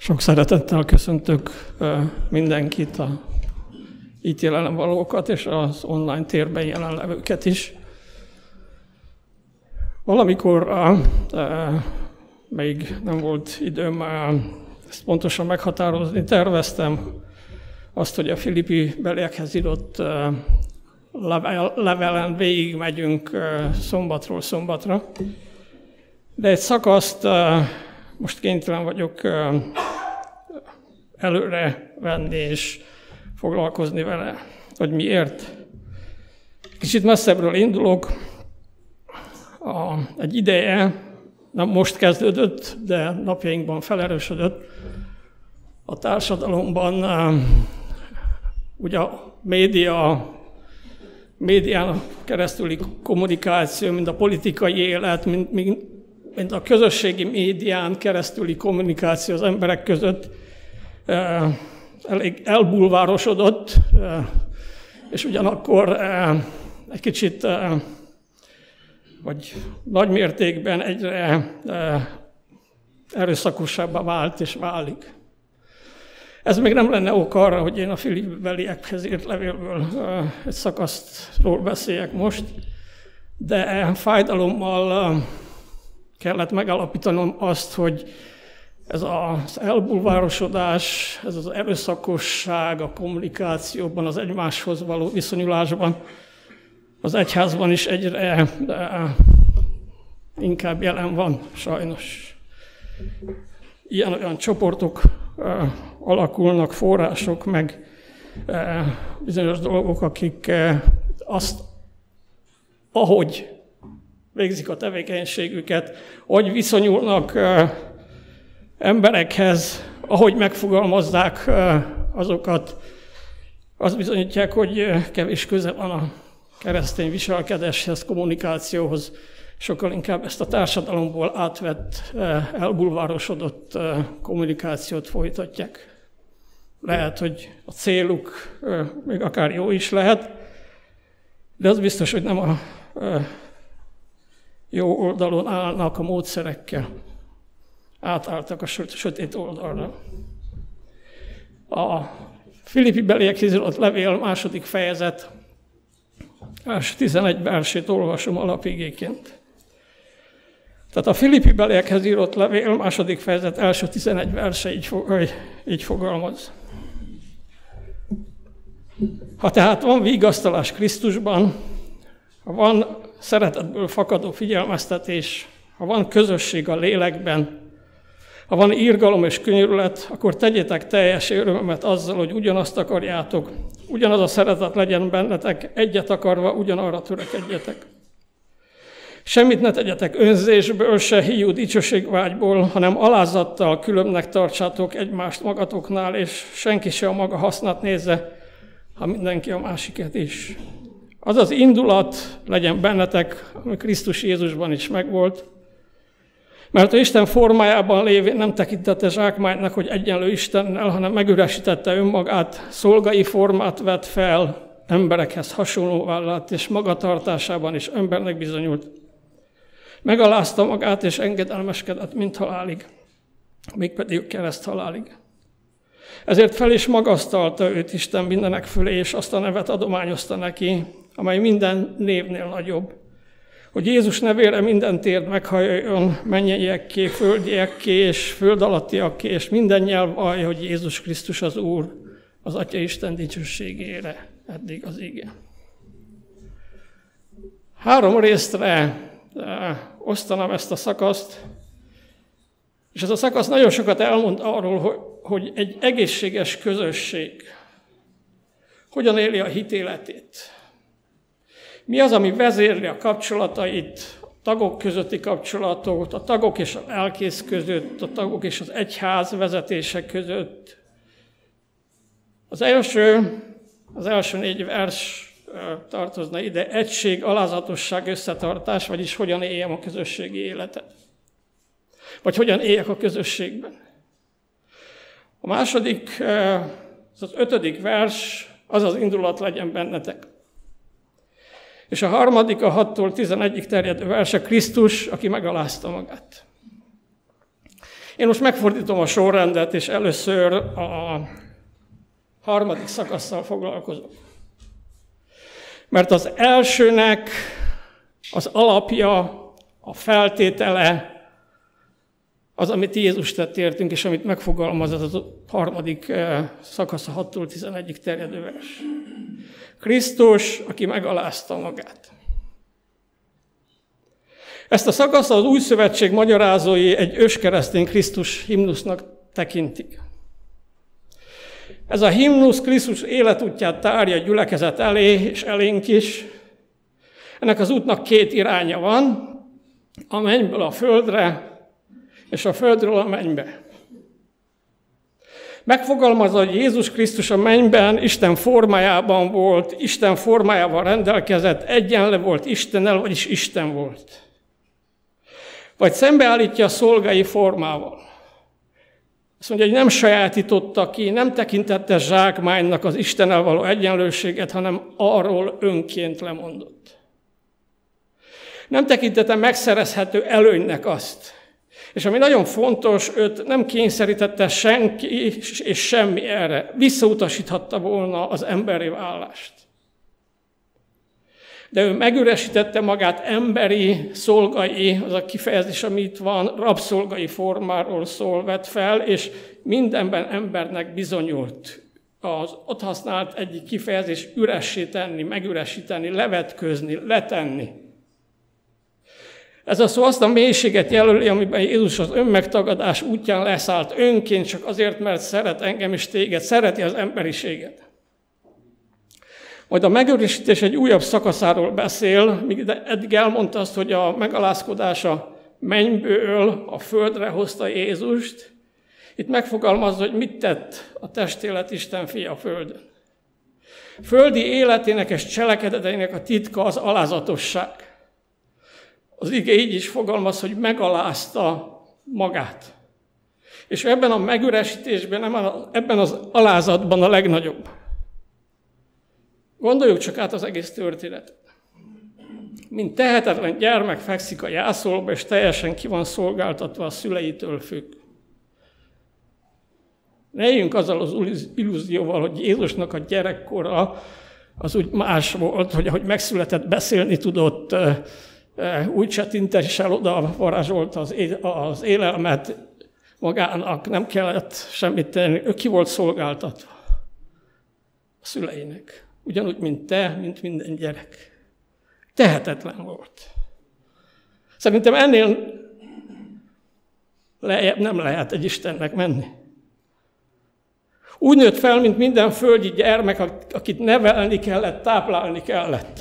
Sok szeretettel köszöntök mindenkit, a itt jelen valókat és az online térben jelenlevőket is. Valamikor még nem volt időm ezt pontosan meghatározni, terveztem azt, hogy a Filippi beliekhez írott levelen végigmegyünk szombatról szombatra, de egy szakaszt most kénytelen vagyok előre venni és foglalkozni vele, hogy miért. Kicsit messzebbről indulok. Egy ideje, nem most kezdődött, de napjainkban felerősödött. A társadalomban ugye a médián keresztüli kommunikáció, mint a politikai élet, mint a közösségi médián keresztüli kommunikáció az emberek között elég elbulvárosodott, és ugyanakkor egy kicsit, vagy nagy mértékben egyre erőszakosabbá vált és válik. Ez még nem lenne ok arra, hogy én a Filippi beliekhez írt levélből egy szakasztról beszéljek most, de fájdalommal kellett megállapítanom azt, hogy ez az elbulvárosodás, ez az erőszakosság a kommunikációban, az egymáshoz való viszonyulásban, az egyházban is egyre inkább jelen van, sajnos. Ilyen-olyan csoportok alakulnak, források, meg bizonyos dolgok, akik azt, ahogy végzik a tevékenységüket, ahogy viszonyulnak emberekhez, ahogy megfogalmazzák azokat, azt bizonyítják, hogy kevés köze van a keresztény viselkedéshez, kommunikációhoz, sokkal inkább ezt a társadalomból átvett, elbulvárosodott kommunikációt folytatják. Lehet, hogy a céluk még akár jó is lehet, de az biztos, hogy nem a jó oldalon állnak a módszerekkel. Átálltak a sötét oldalra. A Filippi beliekhez írott levél második fejezet, első 11 versét olvasom alapigéként. Tehát a Filippi beliekhez írott levél második fejezet első 11 verse így fogalmaz. Ha tehát van vigasztalás Krisztusban, ha van szeretetből fakadó figyelmeztetés, ha van közösség a lélekben, ha van irgalom és könyörület, akkor tegyétek teljes örömet azzal, hogy ugyanazt akarjátok, ugyanaz a szeretet legyen bennetek, egyet akarva ugyanarra törekedjetek. Semmit ne tegyetek önzésből, se hiú dicsőségvágyból, hanem alázattal különbnek tartsátok egymást magatoknál, és senki se a maga hasznát nézze, ha mindenki a másiket is. Az az indulat legyen bennetek, ami Krisztus Jézusban is megvolt, mert ő Isten formájában lévén nem tekintette zsákmánynak, hogy egyenlő Istennel, hanem megüresítette önmagát, szolgai formát vett fel, emberekhez hasonlóvá lett, és magatartásában is embernek bizonyult. Megalázta magát, és engedelmeskedett mind halálig, mégpedig kereszt halálig. Ezért fel is magasztalta őt Isten mindenek fölé, és azt a nevet adományozta neki, amely minden névnél nagyobb, hogy Jézus nevére minden térd meghajoljon, mennyeiekké, földiekké és föld alattiakké, és minden nyelv vallja, hogy Jézus Krisztus az Úr, az Atya Isten dicsőségére. Eddig az ige. 3 részre osztanám ezt a szakaszt, és ez a szakasz nagyon sokat elmond arról, hogy egy egészséges közösség hogyan éli a hitéletét. Mi az, ami vezérli a kapcsolatait, a tagok közötti kapcsolatot, a tagok és a lelkész között, a tagok és az egyház vezetése között. Az első 4 vers tartozna ide, egység, alázatosság, összetartás, vagyis hogyan éljem a közösségi életet. Vagy hogyan éljek a közösségben. A második, az 5. vers, az az indulat legyen bennetek. És a harmadik, a 6-tól 11-ig terjedő verse Krisztus, aki megalázta magát. Én most megfordítom a sorrendet, és először a harmadik szakasszal foglalkozok. Mert az elsőnek az alapja, a feltétele, az, amit Jézus tett értünk, és amit megfogalmaz, az a harmadik szakasz, a 6-tól 11-ig terjedő vers. Krisztus, aki megalázta magát. Ezt a szakaszt az Új Szövetség magyarázói egy őskeresztény Krisztus himnusznak tekintik. Ez a himnusz Krisztus életútját tárja a gyülekezet elé, és elénk is. Ennek az útnak két iránya van, a mennyből a földre, és a földről a mennybe. Megfogalmazza, hogy Jézus Krisztus a mennyben Isten formájában volt, Isten formájával rendelkezett, egyenlő volt Istennel, vagyis Isten volt. Vagy szembeállítja a szolgai formával. Azt mondja, hogy nem sajátította ki, nem tekintette zsákmánynak az Istennel való egyenlőséget, hanem arról önként lemondott. Nem tekintette megszerezhető előnynek azt. És ami nagyon fontos, őt nem kényszerítette senki és semmi erre. Visszautasíthatta volna az emberi válást. De ő megüresítette magát emberi, szolgai, az a kifejezés, ami itt van, rabszolgai formáról szól, vett fel, és mindenben embernek bizonyult. Az ott használt egyik kifejezés üressé tenni, megüresíteni, levetközni, letenni. Ez a szó azt a mélységet jelöli, amiben Jézus az önmegtagadás útján leszállt önként, csak azért, mert szeret engem és téged, szereti az emberiséget. Majd a megőrisítés egy újabb szakaszáról beszél, míg eddig elmondta azt, hogy a megalázkodása mennyből a földre hozta Jézust. Itt megfogalmazza, hogy mit tett a testélet Isten fia a földön. Földi életének és cselekedeteinek a titka az alázatosság. Az ige így is fogalmaz, hogy megalázta magát. És ebben a megüresítésben, ebben az alázatban a legnagyobb. Gondoljuk csak át az egész történetet. Mint tehetetlen gyermek fekszik a jászolba, és teljesen ki van szolgáltatva a szüleitől függ. Ne éljünk azzal az illúzióval, hogy Jézusnak a gyerekkora az úgy más volt, hogy ahogy megszületett, beszélni tudott, úgy csetintéssel oda varázsolta az élelmet magának, nem kellett semmit tenni, ő ki volt szolgáltatva a szüleinek. Ugyanúgy, mint te, mint minden gyerek. Tehetetlen volt. Szerintem ennél lejjebb nem lehet egy Istennek menni. Úgy nőtt fel, mint minden földi gyermek, akit nevelni kellett, táplálni kellett.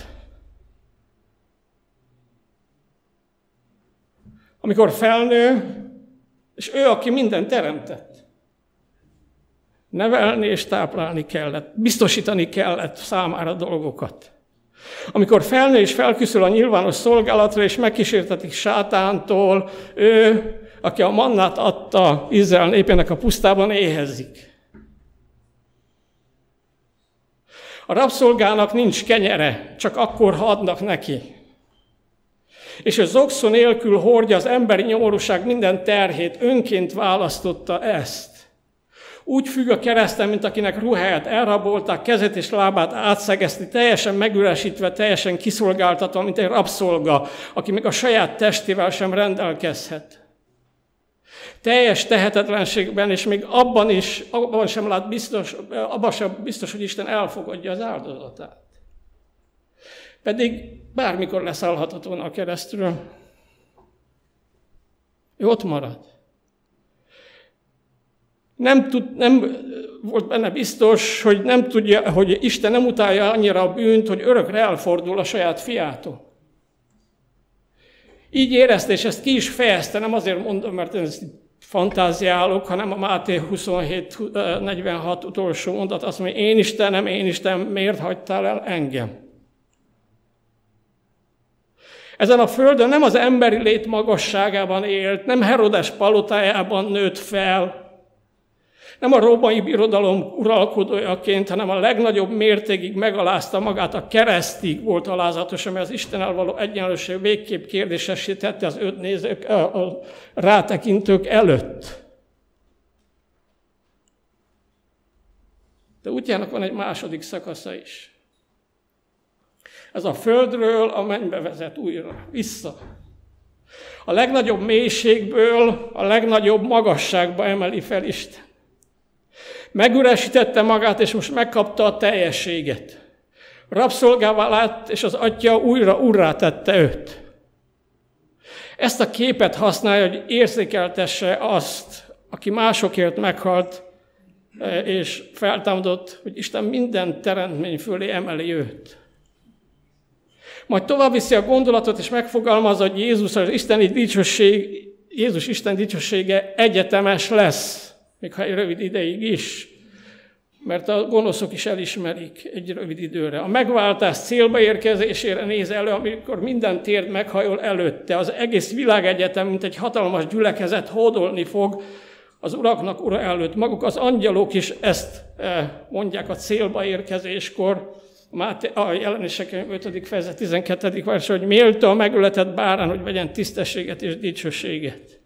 Amikor felnő, és ő, aki mindent teremtett. Nevelni és táplálni kellett, biztosítani kellett számára dolgokat. Amikor felnő és felkészül a nyilvános szolgálatra, és megkísértetik sátántól, ő, aki a mannát adta Izrael népének a pusztában, éhezik. A rabszolgának nincs kenyere, csak akkor, ha adnak neki. És ő zokszó nélkül hordja az emberi nyomorúság minden terhét, önként választotta ezt. Úgy függ a kereszten, mint akinek ruháját elrabolták, kezét és lábát átszegezti, teljesen megüresítve, teljesen kiszolgáltatva, mint egy rabszolga, aki még a saját testével sem rendelkezhet. Teljes tehetetlenségben, és még abban sem lát biztos, hogy Isten elfogadja az áldozatát. Pedig bármikor leszállhatott volna a keresztről. Ő ott marad. Nem volt benne biztos, hogy nem tudja, hogy Isten nem utálja annyira a bűnt, hogy örökre elfordul a saját fiától. Így érezte, és ezt ki is fejezte, nem azért mondom, mert ezt fantáziálok, hanem a Máté 27:46 utolsó mondat azt mondja, én Isten, miért hagytál el engem? Ezen a földön nem az emberi lét magasságában élt, nem Herodes palotájában nőtt fel, nem a római birodalom uralkodójaként, hanem a legnagyobb mértékig megalázta magát, a keresztig volt alázatos, ami az Istennel való egyenlőség végképp kérdésessé tette az őt nézők, a rátekintők előtt. De útjának van egy második szakasza is. Ez a földről a mennybe vezet újra, vissza. A legnagyobb mélységből a legnagyobb magasságba emeli fel Isten. Megüresítette magát, és most megkapta a teljességet. Rabszolgává lett, és az Atya újra urrá tette őt. Ezt a képet használja, hogy érzékeltesse azt, aki másokért meghalt, és feltámadott, hogy Isten minden teremtmény fölé emeli őt. Majd tovább viszi a gondolatot, és megfogalmazza, hogy Jézus Isten dicsősége egyetemes lesz, még ha egy rövid ideig is, mert a gonoszok is elismerik egy rövid időre. A megváltás célba érkezésére néz elő, amikor minden térd meghajol előtte. Az egész világegyetem, mint egy hatalmas gyülekezet hódolni fog az uraknak ura előtt. Maguk az angyalok is ezt mondják a célba érkezéskor. A Jelenések 5. fejezet 12. vers, hogy méltó a megöletett bárány, hogy vegyen tisztességet és dicsőséget.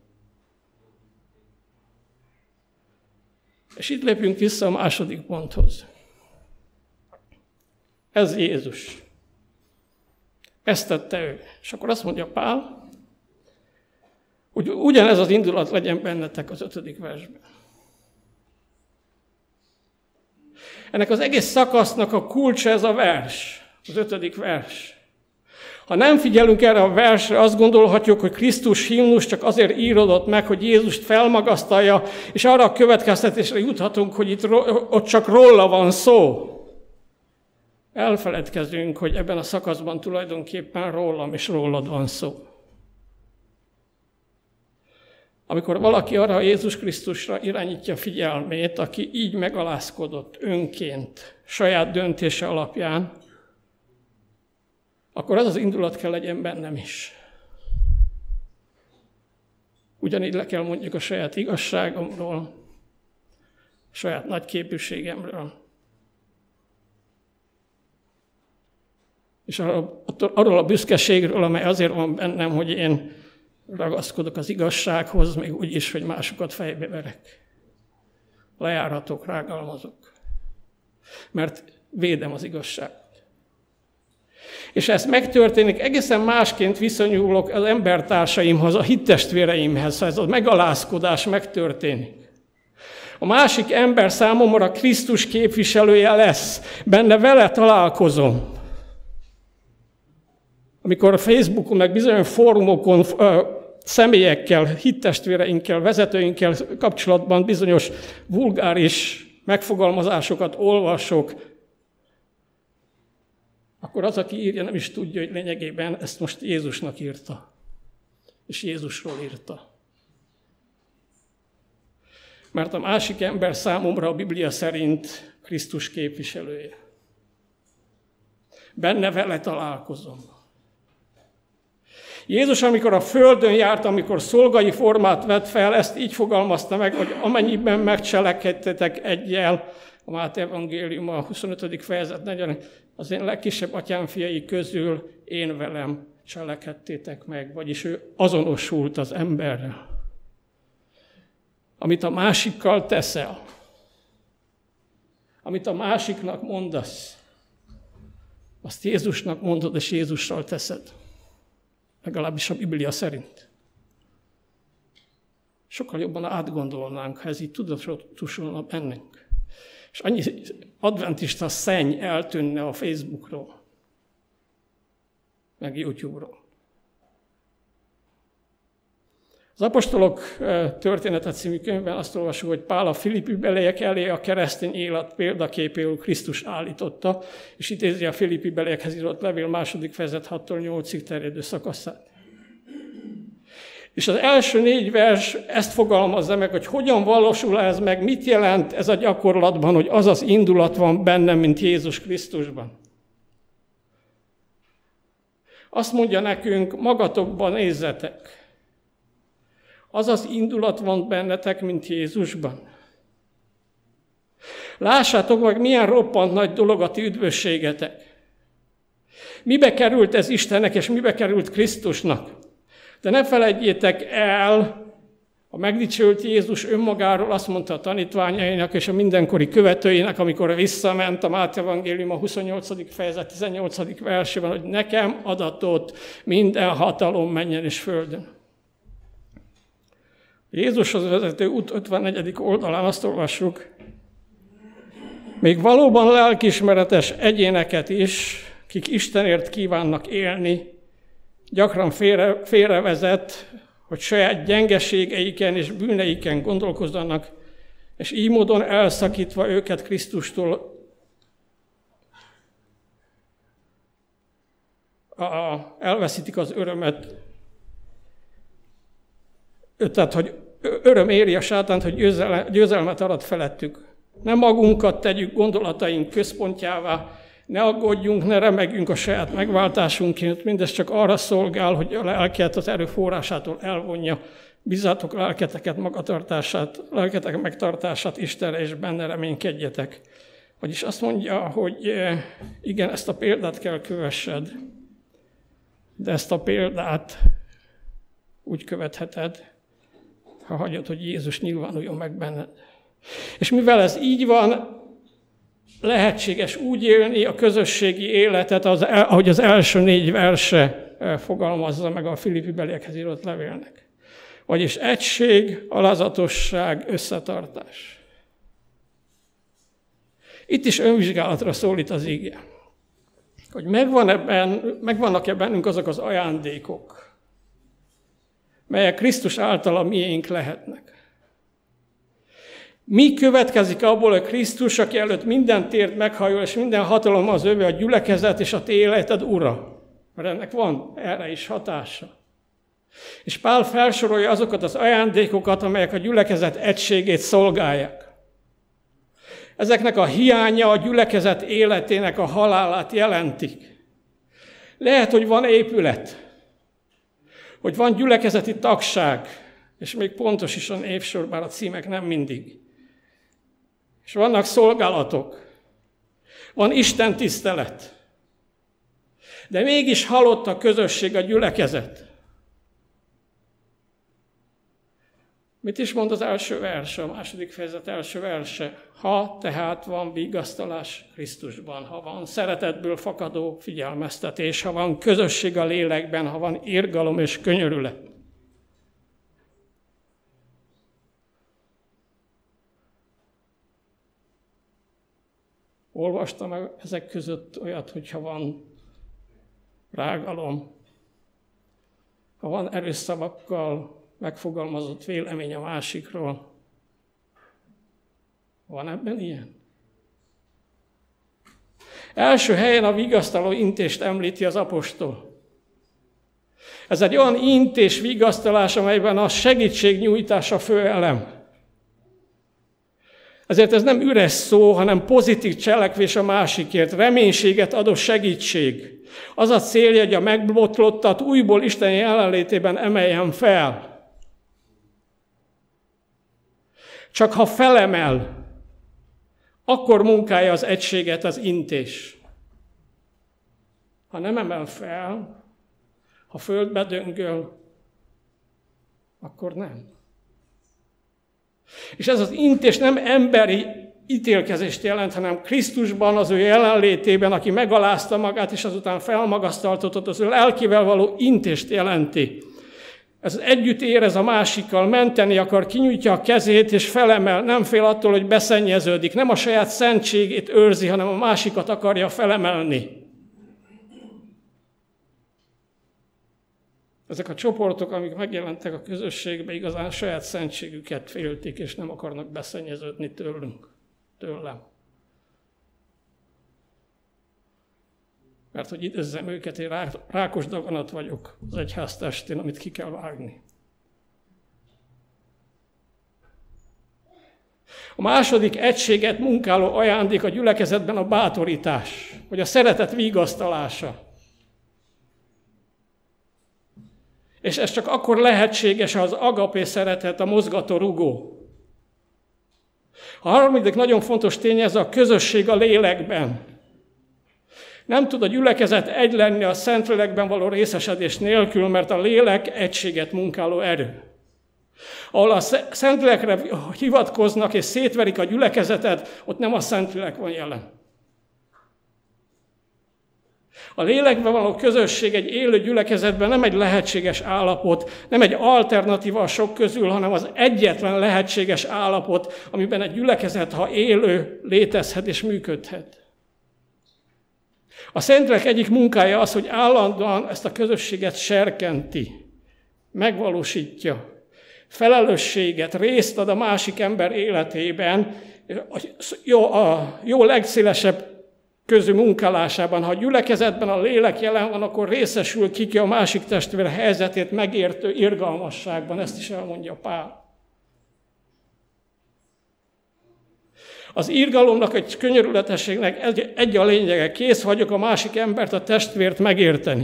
És itt lépünk vissza a második ponthoz. Ez Jézus. Ezt tette ő. És akkor azt mondja Pál, hogy ugyanez az indulat legyen bennetek az 5. versben. Ennek az egész szakasznak a kulcsa ez a vers, az 5. vers. Ha nem figyelünk erre a versre, azt gondolhatjuk, hogy Krisztus himnusz csak azért íródott meg, hogy Jézust felmagasztalja, és arra a következtetésre juthatunk, hogy ott csak róla van szó. Elfeledkezünk, hogy ebben a szakaszban tulajdonképpen rólam és rólad van szó. Amikor valaki arra Jézus Krisztusra irányítja figyelmét, aki így megalázkodott önként, saját döntése alapján, akkor az az indulat kell legyen bennem is. Ugyanígy le kell mondjuk a saját igazságomról, a saját nagyképűségemről. És arról a büszkeségről, amely azért van bennem, hogy én ragaszkodok az igazsághoz, még úgy is, hogy másokat fejbe verek. Lejárhatok, rágalmazok. Mert védem az igazságot. És ez megtörténik, egészen másként viszonyulok az embertársaimhoz, a hittestvéreimhez, ha ez a megalázkodás megtörténik. A másik ember számomra Krisztus képviselője lesz, benne vele találkozom. Amikor a Facebookon, meg bizonyos fórumokon személyekkel, hittestvéreinkkel, vezetőinkkel kapcsolatban bizonyos vulgáris megfogalmazásokat olvasok, akkor az, aki írja, nem is tudja, hogy lényegében ezt most Jézusnak írta. És Jézusról írta. Mert a másik ember számomra a Biblia szerint Krisztus képviselője. Benne vele találkozom. Jézus, amikor a földön járt, amikor szolgai formát vett fel, ezt így fogalmazta meg, hogy amennyiben megcselekedtetek egyel, a Máté evangélium a 25. fejezet 4. az én legkisebb atyám fiai közül én velem cselekedtétek meg, vagyis ő azonosult az emberrel. Amit a másikkal teszel, amit a másiknak mondasz, azt Jézusnak mondod, és Jézussal teszed. Legalábbis a Biblia szerint. Sokkal jobban átgondolnánk, ha ez így tudatosulna bennünk. És annyi adventista szenny eltűnne a Facebookról, meg YouTube-ról. Az Apostolok története című könyvben azt olvasjuk, hogy Pál a Filippi-beliek elé a keresztény élet példaképéül Krisztus állította, és idézi a Filippi-beliekhez írott levél 2. fejezet 6-tól 8-ig terjedő szakaszát. És az első 4 vers ezt fogalmazza meg, hogy hogyan valósul ez meg, mit jelent ez a gyakorlatban, hogy az az indulat van bennem, mint Jézus Krisztusban. Azt mondja nekünk, magatokban nézzetek. Az az indulat van bennetek, mint Jézusban. Lássátok meg, milyen roppant nagy dolog a ti üdvösségetek. Mibe került ez Istennek, és mibe került Krisztusnak? De ne felejtjétek el A megdicsőült Jézus önmagáról azt mondta a tanítványainak és a mindenkori követőinek, amikor visszament a Máté evangélium a 28. fejezet 18. versében, hogy nekem adatott minden hatalom menjen és földön. Jézushoz vezető út 54. oldalán azt olvassuk, még valóban lelkiismeretes egyéneket is, kik Istenért kívánnak élni, gyakran félrevezet, hogy saját gyengeségeiken és bűneiken gondolkozzanak, és így módon elszakítva őket Krisztustól elveszítik az örömet. Tehát, hogy öröm éri a sátánt, hogy győzelmet arat felettük. Ne magunkat tegyük gondolataink központjává, ne aggódjunk, ne remegjünk a saját megváltásunkért, mindez csak arra szolgál, hogy a lelket az erőforrásától elvonja. Bízzátok lelketek megtartását Istenre, és benne reménykedjetek. Vagyis azt mondja, hogy igen, ezt a példát kell kövessed, de ezt a példát úgy követheted, ha hagyod, hogy Jézus nyilvánuljon meg benned. És mivel ez így van, lehetséges úgy élni a közösségi életet, ahogy az első 4 verse fogalmazza meg a Filippi beliekhez írott levélnek. Vagyis egység, alázatosság, összetartás. Itt is önvizsgálatra szólít az ige. Hogy megvannak-e bennünk azok az ajándékok, melyek Krisztus által a miénk lehetnek. Mi következik abból, hogy Krisztus, aki előtt minden tért meghajol, és minden hatalom az övé, a gyülekezet és a te életed ura. Mert ennek van erre is hatása. És Pál felsorolja azokat az ajándékokat, amelyek a gyülekezet egységét szolgálják. Ezeknek a hiánya a gyülekezet életének a halálát jelentik. Lehet, hogy van épület, hogy van gyülekezeti tagság, és még pontos is a névsor, bár a címek nem mindig. És vannak szolgálatok, van Isten tisztelet, de mégis halott a közösség, a gyülekezet. Mit is mond az első verse, a második fejezet első verse? Ha tehát van vigasztalás Krisztusban, ha van szeretetből fakadó figyelmeztetés, ha van közösség a lélekben, ha van irgalom és könyörület. Olvastam ezek között olyat, hogyha van rágalom, ha van erős szavakkal megfogalmazott vélemény a másikról. Van ebben ilyen? Első helyen a vigasztaló intést említi az apostol. Ez egy olyan intés vigasztalás, amelyben a segítségnyújtás a fő elem. Ezért ez nem üres szó, hanem pozitív cselekvés a másikért, reménységet adó segítség. Az a célja, hogy a megbotlottat újból Isten jelenlétében emeljen fel. Csak ha felemel, akkor munkálja az egységet az intés. Ha nem emel fel, ha földbe döngöl, akkor nem. És ez az intés nem emberi ítélkezést jelent, hanem Krisztusban, az ő jelenlétében, aki megalázta magát, és azután felmagasztaltatott, az ő lelkivel való intést jelenti. Ez együtt érez a másikkal, menteni akar, kinyújtja a kezét, és felemel, nem fél attól, hogy beszennyeződik. Nem a saját szentségét őrzi, hanem a másikat akarja felemelni. Ezek a csoportok, amik megjelentek a közösségben, igazán a saját szentségüket féltik, és nem akarnak beszennyeződni tőlem. Mert hogy idézzem őket, én rákos daganat vagyok az egyház testén, amit ki kell vágni. A második egységet munkáló ajándék a gyülekezetben a bátorítás, vagy a szeretet vigasztalása. És ez csak akkor lehetséges, ha az agapé szeretet, a mozgató rugó. A harmadik nagyon fontos tényező a közösség a lélekben. Nem tud a gyülekezet egy lenni a Szentlélekben való részesedés nélkül, mert a lélek egységet munkáló erő. Ahol a Szentlélekre hivatkoznak és szétverik a gyülekezetet, ott nem a Szentlélek van jelen. A lélekben való közösség egy élő gyülekezetben nem egy lehetséges állapot, nem egy alternatíva a sok közül, hanem az egyetlen lehetséges állapot, amiben egy gyülekezet, ha élő, létezhet és működhet. A Szentlélek egyik munkája az, hogy állandóan ezt a közösséget serkenti, megvalósítja, felelősséget, részt ad a másik ember életében, a jó legszélesebb közű munkálásában. Ha a gyülekezetben a lélek jelen van, akkor részesül ki a másik testvér helyzetét megértő irgalmasságban. Ezt is elmondja Pál. Az irgalomnak, egy könyörületességnek egy a lényege. Kész vagyok a másik embert, a testvért megérteni.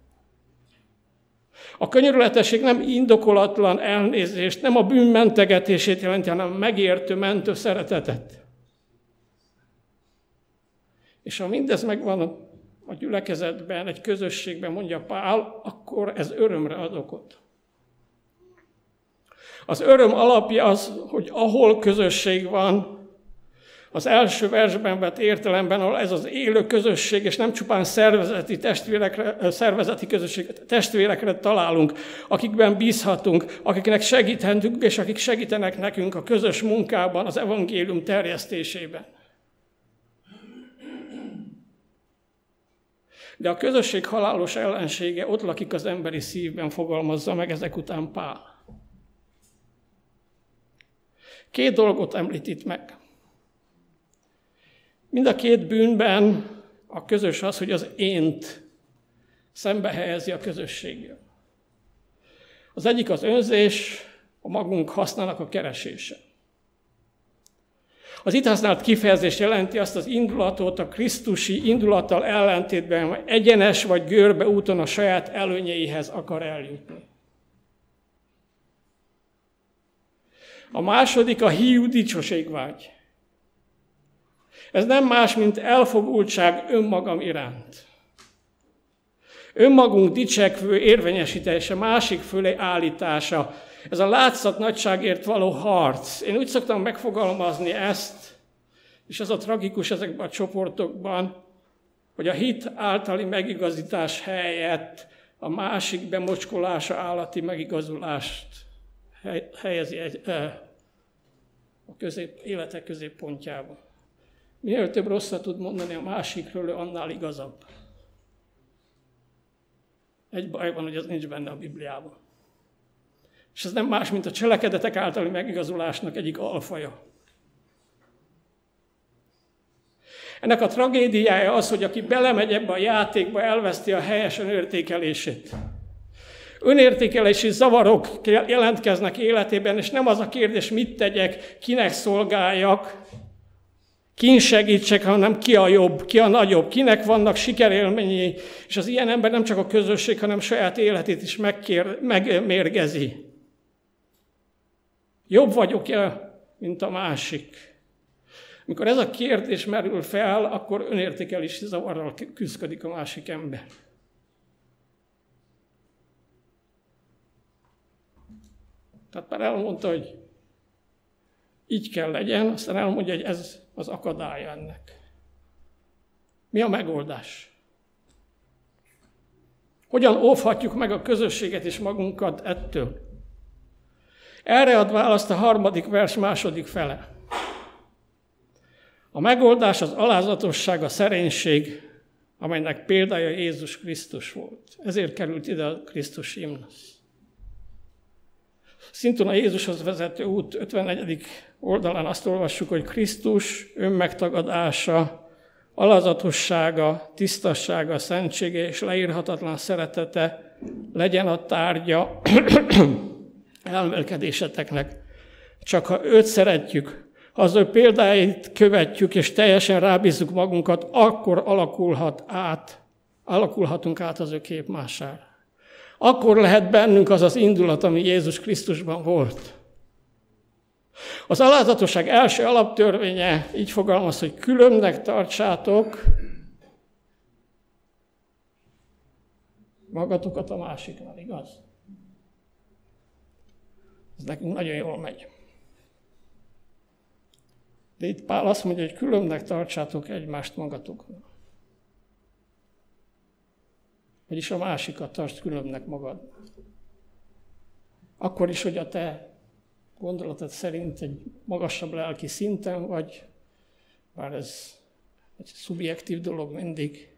A könyörületesség nem indokolatlan elnézést, nem a bűn mentegetését jelenti, hanem megértő, mentő szeretetet. És ha mindez megvan a gyülekezetben, egy közösségben, mondja Pál, akkor ez örömre ad okot. Az öröm alapja az, hogy ahol közösség van, az első versben vett értelemben, ahol ez az élő közösség, és nem csupán szervezeti közösség, testvérekre találunk, akikben bízhatunk, akiknek segíthetünk, és akik segítenek nekünk a közös munkában, az evangélium terjesztésében. De a közösség halálos ellensége ott lakik az emberi szívben, fogalmazza meg ezek után Pál. 2 dolgot említ itt meg. Mind a 2 bűnben a közös az, hogy az ént szembe helyezi a közösséggel. Az egyik az önzés, a magunk hasznának a keresése. Az itt használt kifejezés jelenti azt az indulatot, a krisztusi indulattal ellentétben, hogy egyenes vagy görbe úton a saját előnyeihez akar eljutni. A második a hiú dicsőségvágy. Ez nem más, mint elfogultság önmagam iránt. Önmagunk dicsekvő érvényesítése, másik fölé állítása. Ez a látszat nagyságért való harc. Én úgy szoktam megfogalmazni ezt, és ez a tragikus ezekben a csoportokban, hogy a hit általi megigazítás helyett a másik bemocskolása állati megigazulást helyezi a életek középpontjába. Minél több rosszat tud mondani a másikról, annál igazabb. Egy baj van, hogy ez nincs benne a Bibliában. És ez nem más, mint a cselekedetek általi megigazulásnak egyik alfaja. Ennek a tragédiája az, hogy aki belemegy ebbe a játékba, elveszti a helyes önértékelését. Önértékelési zavarok jelentkeznek életében, és nem az a kérdés, mit tegyek, kinek szolgáljak, kin segítsek, hanem ki a jobb, ki a nagyobb, kinek vannak sikerélményei, és az ilyen ember nem csak a közösség, hanem saját életét is megmérgezi. Jobb vagyok-e, mint a másik? Amikor ez a kérdés merül fel, akkor önértékelési zavarral küszködik a másik ember. Tehát már elmondta, hogy így kell legyen, aztán elmondja, hogy ez az akadálya ennek. Mi a megoldás? Hogyan óvhatjuk meg a közösséget és magunkat ettől? Erre ad választ a 3. vers második fele. A megoldás az alázatosság, a szerénység, amelynek példája Jézus Krisztus volt. Ezért került ide a Krisztus himnusz. Szintén a Jézushoz vezető út 54. oldalán azt olvassuk, hogy Krisztus önmegtagadása, alázatossága, tisztassága, szentsége és leírhatatlan szeretete legyen a tárgya elmélkedéseteknek. Csak ha őt szeretjük, ha az ő példáit követjük és teljesen rábízzuk magunkat, akkor alakulhatunk át az ő képmására. Akkor lehet bennünk az az indulat, ami Jézus Krisztusban volt. Az alázatosság első alaptörvénye így fogalmaz, hogy különbnek tartsátok magatokat a másiknál, igaz? Ez nekünk nagyon jól megy. De itt Pál azt mondja, hogy különbnek tartsátok egymást magatoknak. Vagyis a másikat tartsd különbnek magad. Akkor is, hogy a te gondolatod szerint egy magasabb lelki szinten vagy, bár ez egy szubjektív dolog mindig.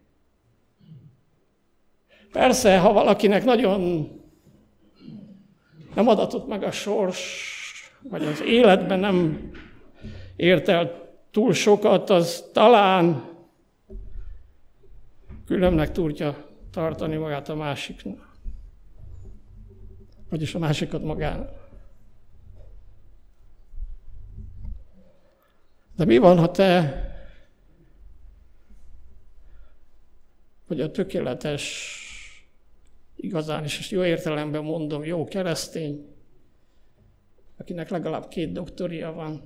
Persze, ha valakinek nagyon nem adatott meg a sors, vagy az életben nem ért el túl sokat, az talán különbnek tudja tartani magát a másiknak. Vagyis a másikat magának. De mi van, ha te vagy a tökéletes, igazán is, és jó értelemben mondom, jó keresztény, akinek legalább 2 doktoria van,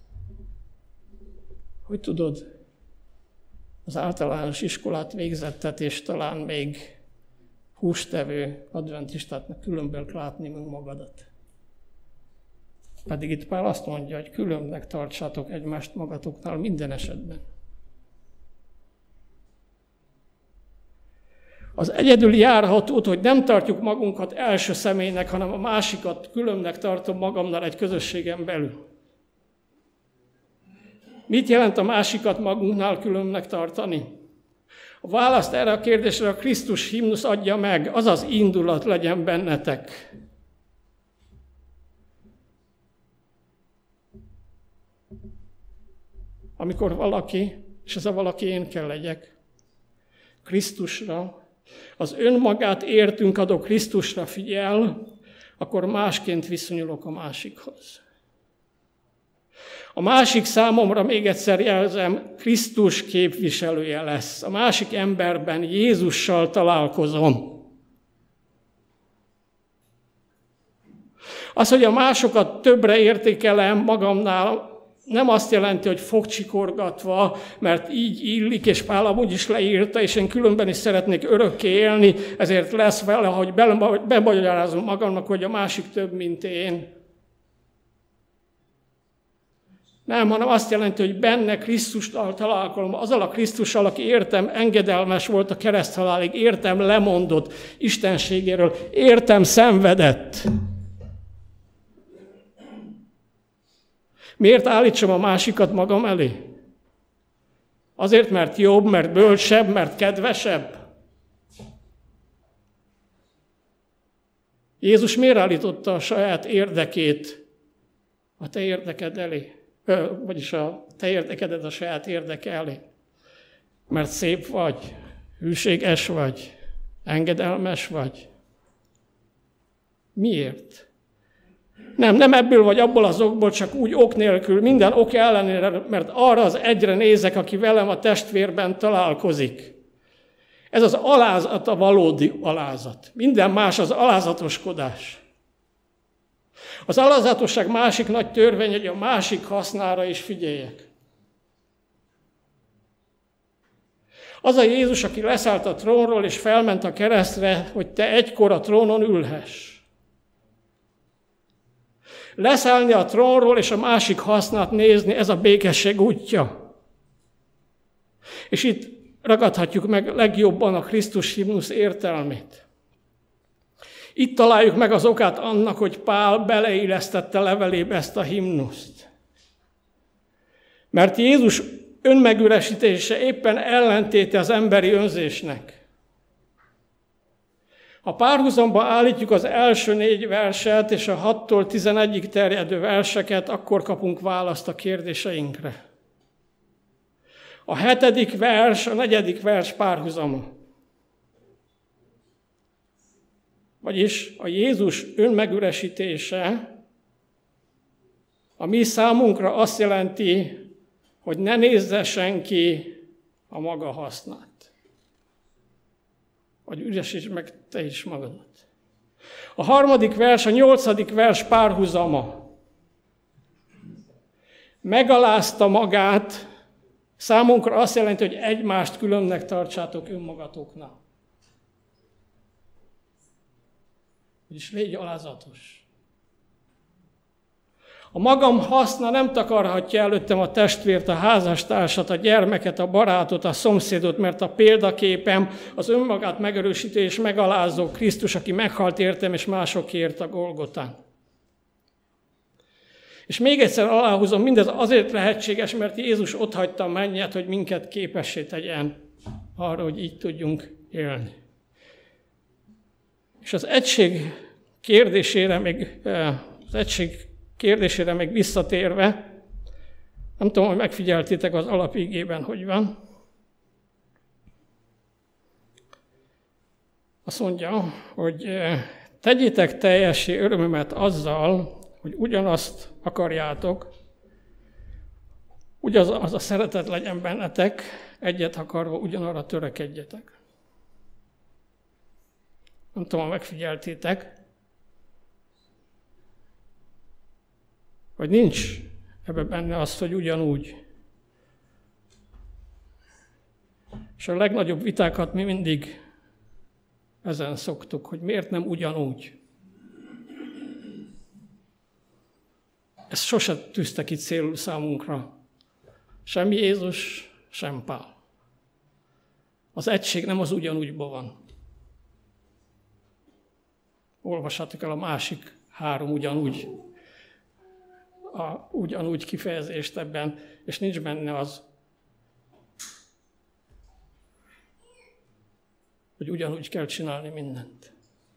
hogy tudod, az általános iskolát végzettet, és talán még hústevő adventistáknak különből látni magadat. Pedig itt Pál azt mondja, hogy különbnek tartsátok egymást magatoknál minden esetben. Az egyedüli járhatót, hogy nem tartjuk magunkat első személynek, hanem a másikat különbnek tartom magamnál egy közösségen belül. Mit jelent a másikat magunknál különbnek tartani? A választ erre a kérdésre a Krisztus himnusz adja meg, az az indulat legyen bennetek. Amikor valaki, és ez a valaki én kell legyek, Krisztusra, az önmagát értünk adó Krisztusra figyel, akkor másként viszonyulok a másikhoz. A másik számomra, még egyszer jelzem, Krisztus képviselője lesz. A másik emberben Jézussal találkozom. Az, hogy a másokat többre értékelem magamnál, nem azt jelenti, hogy fogcsikorgatva, mert így illik, és Pál amúgy is leírta, és én különben is szeretnék örökké élni, ezért lesz vele, hogy bemagyarázom magamnak, hogy a másik több, mint én. Nem, hanem azt jelenti, hogy benne Krisztussal találkozom, azzal a Krisztussal, aki értem engedelmes volt a kereszthalálig, értem lemondott istenségéről, értem szenvedett. Miért állítsam a másikat magam elé? Azért, mert jobb, mert bölcsebb, mert kedvesebb? Jézus miért állította a saját érdekét a te érdeked elé? Vagyis a te érdekedet a saját érdeke elé? Mert szép vagy, hűséges vagy, engedelmes vagy. Miért? Nem ebből vagy abból az okból, csak úgy ok nélkül, minden ok ellenére, mert arra az egyre nézek, aki velem a testvérben találkozik. Ez az alázat a valódi alázat. Minden más az alázatoskodás. Az alázatosság másik nagy törvény, hogy a másik hasznára is figyeljek. Az a Jézus, aki leszállt a trónról és felment a keresztre, hogy te egykor a trónon ülhess. Leszállni a trónról és a másik hasznát nézni, ez a békesség útja. És itt ragadhatjuk meg legjobban a Krisztus himnusz értelmét. Itt találjuk meg az okát annak, hogy Pál beleillesztette levelébe ezt a himnuszt. Mert Jézus önmegüresítése éppen ellentéte az emberi önzésnek. Ha párhuzamba állítjuk az első 4 verset és a 6-tól 11-ig terjedő verseket, akkor kapunk választ a kérdéseinkre. A 7. vers, a 4. vers párhuzama. Vagyis a Jézus önmegüresítése a mi számunkra azt jelenti, hogy ne nézze senki a maga hasznát. Vagy üresíts meg te is magadat. A 3. vers, a 8. vers párhuzama. Megalázta magát, számunkra azt jelenti, hogy egymást különnek tartsátok önmagatoknál. Vagyis légy alázatos. A magam haszna nem takarhatja előttem a testvért, a házastársat, a gyermeket, a barátot, a szomszédot, mert a példaképem az önmagát megerősítő és megalázó Krisztus, aki meghalt értem és másokért a Golgotán. És még egyszer aláhúzom, mindez azért lehetséges, mert Jézus otthagyta a mennyet, hogy minket képessé tegyen arra, hogy így tudjunk élni. És az egység kérdésére még visszatérve, nem tudom, hogy megfigyeltétek az alapigében, hogy van. Azt mondja, hogy tegyétek teljessé örömömet azzal, hogy ugyanazt akarjátok, ugyanaz a szeretet legyen bennetek, egyet akarva ugyanarra törekedjetek. Nem tudom, megfigyeltétek, hogy nincs ebben benne az, hogy ugyanúgy. És a legnagyobb vitákat mi mindig ezen szoktuk, hogy miért nem ugyanúgy. Ezt sose tűzte ki célul számunkra. Sem Jézus, sem Pál. Az egység nem az ugyanúgyban van. Olvassátok el a másik 3 ugyanúgy kifejezést ebben, és nincs benne az, hogy ugyanúgy kell csinálni mindent.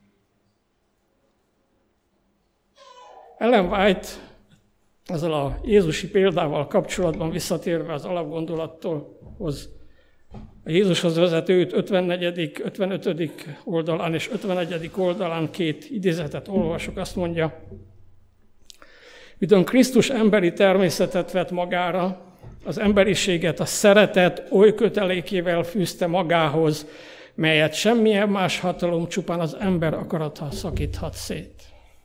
Ellen White ezzel a jézusi példával kapcsolatban visszatérve az alapgondolattól, a Jézushoz vezető 54., 55. oldalán és 51. oldalán 2 idézetet olvasok, azt mondja, midőn Krisztus emberi természetet vett magára, az emberiséget a szeretet oly kötelékével fűzte magához, melyet semmilyen más hatalom, csupán az ember akarata szakíthat szét.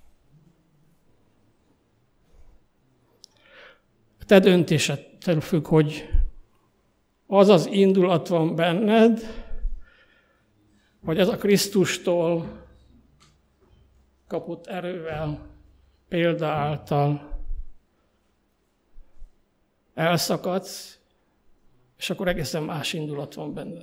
A te döntésedtől függ, hogy az az indulat van benned, vagy ez a Krisztustól kapott erővel, példa által elszakadsz, és akkor egészen más indulat van benned.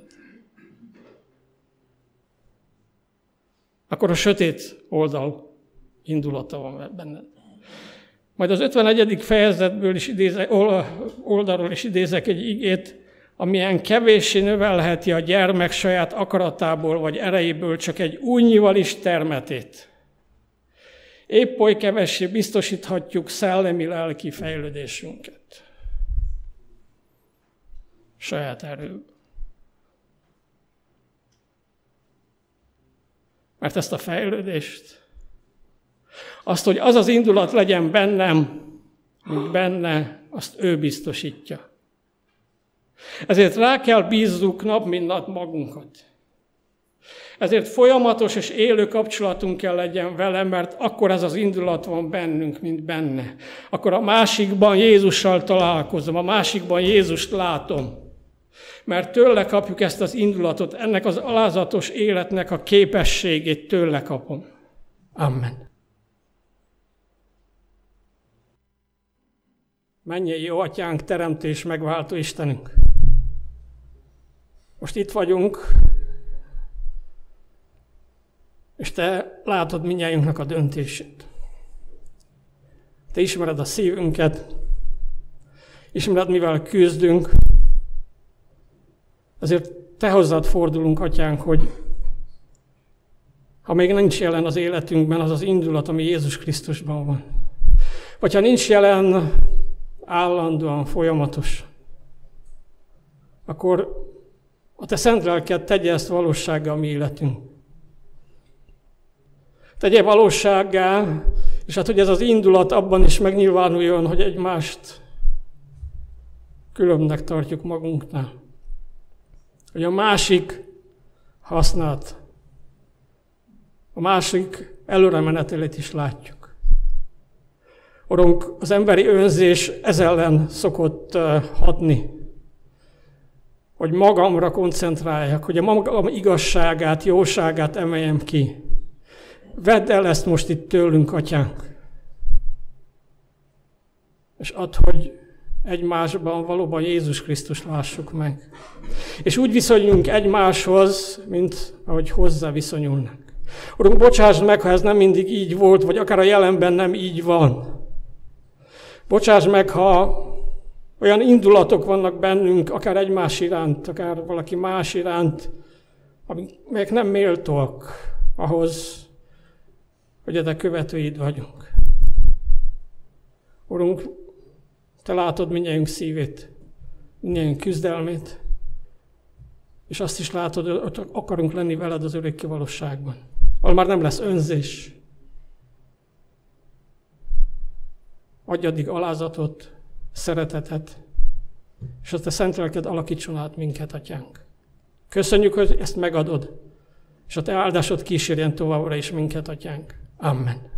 Akkor a sötét oldal indulata van benned. Majd az 51. fejezetből is oldalról is idézek egy igét, amilyen kevéssé növelheti a gyermek saját akaratából vagy erejéből csak egy újnyival is termetét. Épp oly kevéssé biztosíthatjuk szellemi-lelki fejlődésünket. Saját erő. Mert ezt a fejlődést, azt, hogy az az indulat legyen bennem, mint benne, azt ő biztosítja. Ezért rá kell bízzuk nap mint nap magunkat. Ezért folyamatos és élő kapcsolatunk kell legyen vele, mert akkor ez az indulat van bennünk, mint benne. Akkor a másikban Jézussal találkozom, a másikban Jézust látom. Mert tőle kapjuk ezt az indulatot, ennek az alázatos életnek a képességét tőle kapom. Amen. Mennyei jó Atyánk, teremtő és megváltó Istenünk. Most itt vagyunk, és Te látod mindnyájunknak a döntését. Te ismered a szívünket, ismered, mivel küzdünk, ezért Te hozzád fordulunk, Atyánk, hogy ha még nincs jelen az életünkben az az indulat, ami Jézus Krisztusban van, vagy ha nincs jelen állandóan, folyamatos, akkor a Te szent lelked tegye ezt valósággá a mi életünk. Tegye valósággá, és hát, hogy ez az indulat abban is megnyilvánuljon, hogy egymást különbnek tartjuk magunknál. Hogy a másik hasznát, a másik előremenetelét is látjuk. Urunk, az emberi önzés ez ellen szokott hatni, hogy magamra koncentráljak, hogy a magam igazságát, jóságát emeljem ki. Vedd el ezt most itt tőlünk, Atyánk. és add, hogy egymásban valóban Jézus Krisztust lássuk meg. És úgy viszonyuljunk egymáshoz, mint ahogy hozzá viszonyulnak. Urunk, bocsáss meg, ha ez nem mindig így volt, vagy akár a jelenben nem így van. Bocsáss meg, ha olyan indulatok vannak bennünk, akár egymás iránt, akár valaki más iránt, amelyek nem méltóak ahhoz, hogy a te követőid vagyunk. Urunk, te látod mindnyájunk szívét, mindnyájunk küzdelmét, és azt is látod, hogy akarunk lenni veled az örökké valóságban, ahol már nem lesz önzés. Adj addig alázatot, szeretetet, és azt a szent lelked alakítson át minket, Atyánk. Köszönjük, hogy ezt megadod, és a te áldásod kísérjen továbbra is minket, Atyánk. Amen.